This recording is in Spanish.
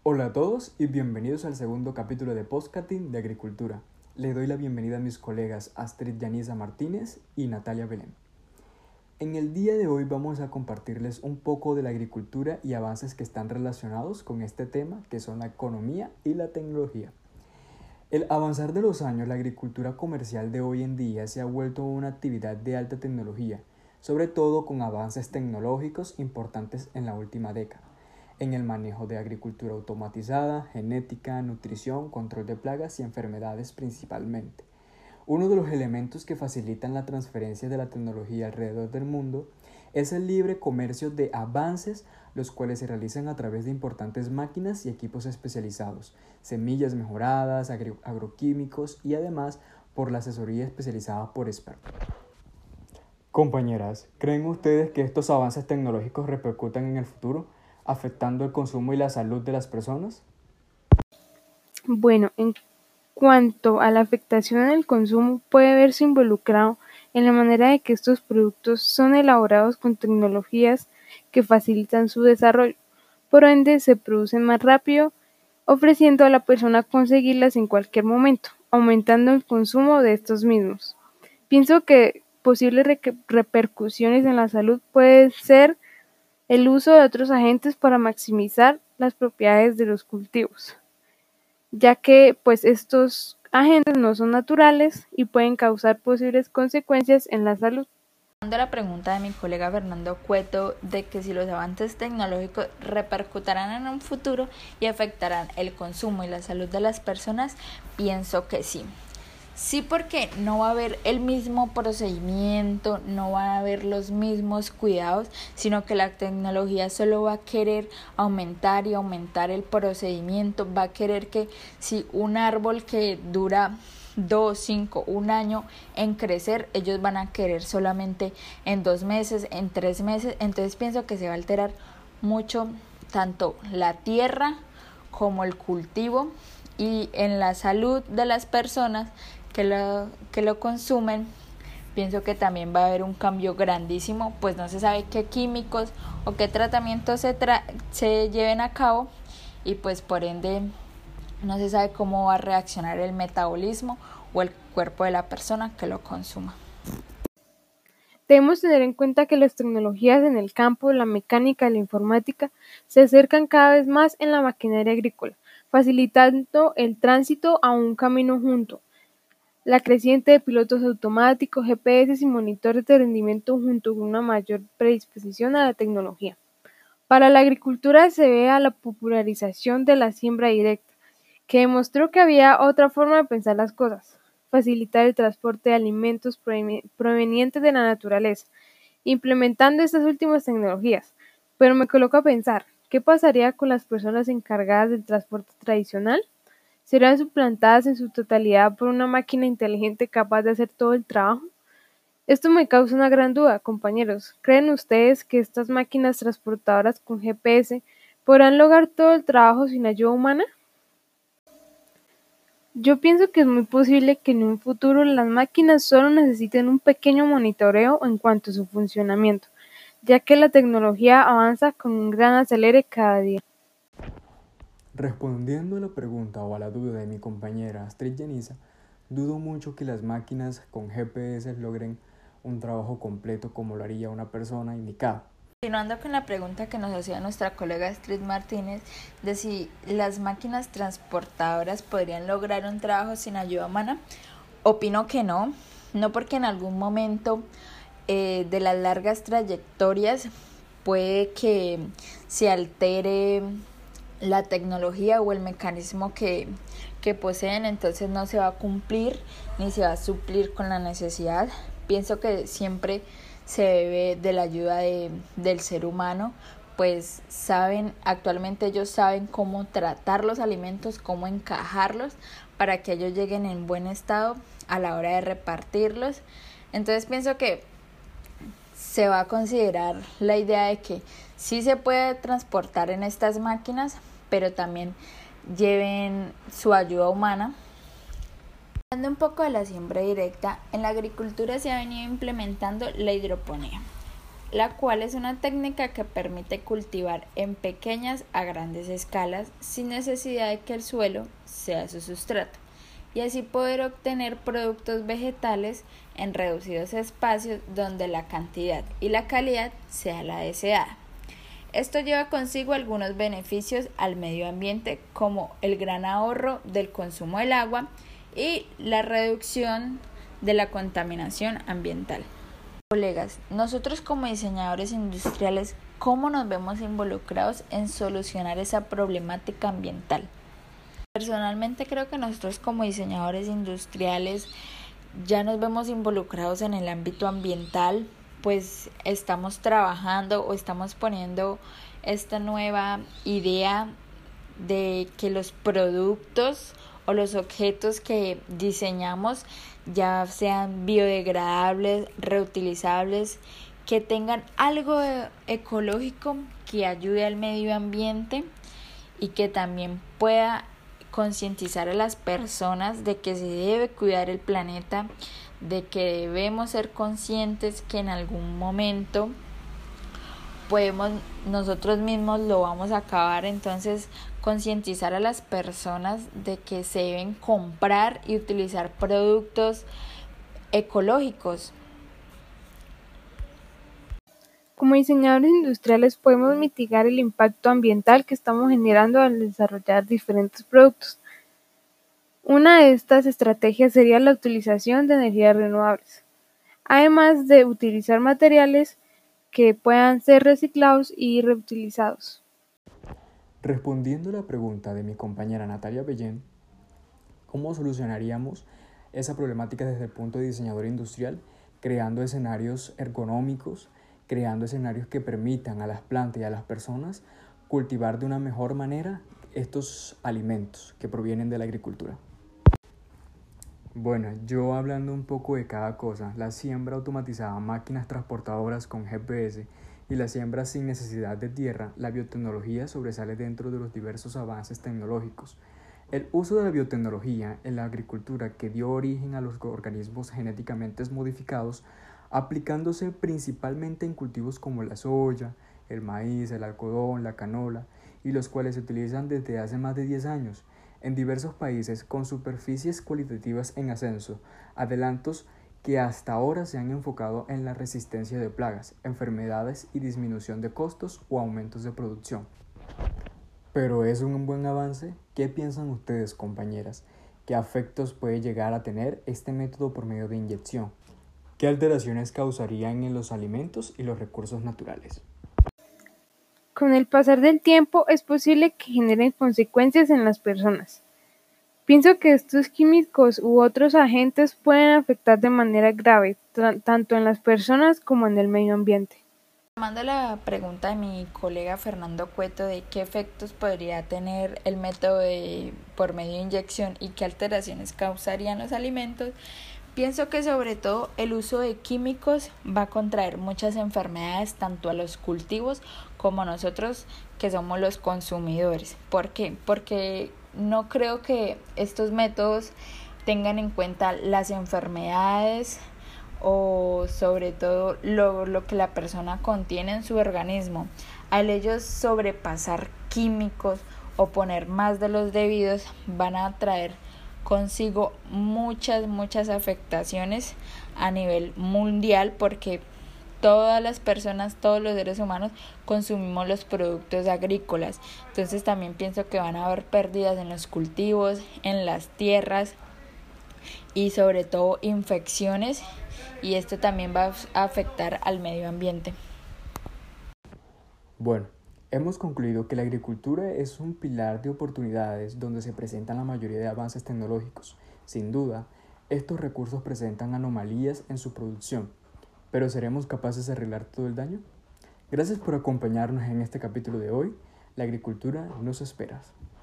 Hola a todos y bienvenidos al segundo capítulo de Podcasting de Agricultura. Le doy la bienvenida a mis colegas Astrid Yanisa Martínez y Natalia Belén. En el día de hoy vamos a compartirles un poco de la agricultura y avances que están relacionados con este tema, que son la economía y la tecnología. El avanzar de los años, la agricultura comercial de hoy en día se ha vuelto una actividad de alta tecnología, sobre todo con avances tecnológicos importantes en la última década, en el manejo de agricultura automatizada, genética, nutrición, control de plagas y enfermedades principalmente. Uno de los elementos que facilitan la transferencia de la tecnología alrededor del mundo es el libre comercio de avances, los cuales se realizan a través de importantes máquinas y equipos especializados, semillas mejoradas, agroquímicos y además por la asesoría especializada por expertos. Compañeras, ¿creen ustedes que estos avances tecnológicos repercutan en el futuro, afectando el consumo y la salud de las personas? Bueno, en cuanto a la afectación en el consumo, puede verse involucrado en la manera de que estos productos son elaborados con tecnologías que facilitan su desarrollo. Por ende, se producen más rápido, ofreciendo a la persona conseguirlas en cualquier momento, aumentando el consumo de estos mismos. Pienso que posibles repercusiones en la salud pueden ser el uso de otros agentes para maximizar las propiedades de los cultivos, ya que estos agentes no son naturales y pueden causar posibles consecuencias en la salud. La pregunta de mi colega Fernando Cueto de que si los avances tecnológicos repercutirán en un futuro y afectarán el consumo y la salud de las personas, pienso que sí. Sí, porque no va a haber el mismo procedimiento, no va a haber los mismos cuidados, sino que la tecnología solo va a querer aumentar y aumentar el procedimiento, va a querer que si un árbol que dura 2, 5, un año en crecer, ellos van a querer solamente en 2 meses, en 3 meses, entonces pienso que se va a alterar mucho tanto la tierra como el cultivo y en la salud de las personas que lo consumen. Pienso que también va a haber un cambio grandísimo, pues no se sabe qué químicos o qué tratamientos se lleven a cabo y pues por ende no se sabe cómo va a reaccionar el metabolismo o el cuerpo de la persona que lo consuma. Debemos tener en cuenta que las tecnologías en el campo, la mecánica y la informática se acercan cada vez más en la maquinaria agrícola, facilitando el tránsito a un camino junto. La creciente de pilotos automáticos, GPS y monitores de rendimiento junto con una mayor predisposición a la tecnología. Para la agricultura se ve a la popularización de la siembra directa, que demostró que había otra forma de pensar las cosas, facilitar el transporte de alimentos provenientes de la naturaleza, implementando estas últimas tecnologías. Pero me coloco a pensar, ¿qué pasaría con las personas encargadas del transporte tradicional? ¿Serán suplantadas en su totalidad por una máquina inteligente capaz de hacer todo el trabajo? Esto me causa una gran duda, compañeros. ¿Creen ustedes que estas máquinas transportadoras con GPS podrán lograr todo el trabajo sin ayuda humana? Yo pienso que es muy posible que en un futuro las máquinas solo necesiten un pequeño monitoreo en cuanto a su funcionamiento, ya que la tecnología avanza con un gran acelere cada día. Respondiendo a la pregunta o a la duda de mi compañera Astrid Yanisa, dudo mucho que las máquinas con GPS logren un trabajo completo como lo haría una persona indicada. Continuando con la pregunta que nos hacía nuestra colega Astrid Martínez de si las máquinas transportadoras podrían lograr un trabajo sin ayuda humana, opino que no porque en algún momento de las largas trayectorias puede que se altere la tecnología o el mecanismo que poseen, entonces no se va a cumplir ni se va a suplir con la necesidad. Pienso que siempre se debe de la ayuda del ser humano, pues actualmente ellos saben cómo tratar los alimentos, cómo encajarlos para que ellos lleguen en buen estado a la hora de repartirlos. Entonces pienso que se va a considerar la idea de que sí se puede transportar en estas máquinas, pero también lleven su ayuda humana. Hablando un poco de la siembra directa, en la agricultura se ha venido implementando la hidroponía. la cual es una técnica que permite cultivar en pequeñas a grandes escalas sin necesidad de que el suelo sea su sustrato, y así poder obtener productos vegetales en reducidos espacios donde la cantidad y la calidad sea la deseada. Esto lleva consigo algunos beneficios al medio ambiente, como el gran ahorro del consumo del agua y la reducción de la contaminación ambiental. Colegas, nosotros como diseñadores industriales, ¿cómo nos vemos involucrados en solucionar esa problemática ambiental? Personalmente creo que nosotros como diseñadores industriales ya nos vemos involucrados en el ámbito ambiental, pues estamos trabajando o estamos poniendo esta nueva idea de que los productos o los objetos que diseñamos ya sean biodegradables, reutilizables, que tengan algo ecológico que ayude al medio ambiente y que también pueda concientizar a las personas de que se debe cuidar el planeta, de que debemos ser conscientes que en algún momento nosotros mismos lo vamos a acabar. Entonces concientizar a las personas de que se deben comprar y utilizar productos ecológicos. Como diseñadores industriales podemos mitigar el impacto ambiental que estamos generando al desarrollar diferentes productos. Una de estas estrategias sería la utilización de energías renovables, además de utilizar materiales que puedan ser reciclados y reutilizados. Respondiendo a la pregunta de mi compañera Natalia Bellén, ¿cómo solucionaríamos esa problemática desde el punto de diseñador industrial? Creando escenarios ergonómicos, creando escenarios que permitan a las plantas y a las personas cultivar de una mejor manera estos alimentos que provienen de la agricultura. Bueno, yo hablando un poco de cada cosa, la siembra automatizada, máquinas transportadoras con GPS y la siembra sin necesidad de tierra, la biotecnología sobresale dentro de los diversos avances tecnológicos. El uso de la biotecnología en la agricultura que dio origen a los organismos genéticamente modificados, aplicándose principalmente en cultivos como la soya, el maíz, el algodón, la canola, y los cuales se utilizan desde hace más de 10 años en diversos países con superficies cualitativas en ascenso, adelantos que hasta ahora se han enfocado en la resistencia de plagas, enfermedades y disminución de costos o aumentos de producción. ¿Pero es un buen avance? ¿Qué piensan ustedes, compañeras? ¿Qué efectos puede llegar a tener este método por medio de inyección? ¿Qué alteraciones causarían en los alimentos y los recursos naturales? Con el pasar del tiempo es posible que generen consecuencias en las personas. Pienso que estos químicos u otros agentes pueden afectar de manera grave tanto en las personas como en el medio ambiente. Tomando la pregunta de mi colega Fernando Cueto de qué efectos podría tener el método por medio de inyección y qué alteraciones causarían los alimentos, pienso que sobre todo el uso de químicos va a contraer muchas enfermedades tanto a los cultivos como a nosotros que somos los consumidores. ¿Por qué? Porque no creo que estos métodos tengan en cuenta las enfermedades o sobre todo lo que la persona contiene en su organismo. Al ellos sobrepasar químicos o poner más de los debidos, van a traer consigo muchas afectaciones a nivel mundial, porque todas las personas, todos los seres humanos consumimos los productos agrícolas. Entonces también pienso que van a haber pérdidas en los cultivos, en las tierras y sobre todo infecciones, y esto también va a afectar al medio ambiente. Bueno, hemos concluido que la agricultura es un pilar de oportunidades donde se presentan la mayoría de avances tecnológicos. Sin duda, estos recursos presentan anomalías en su producción, pero ¿seremos capaces de arreglar todo el daño? Gracias por acompañarnos en este capítulo de hoy. La agricultura nos espera.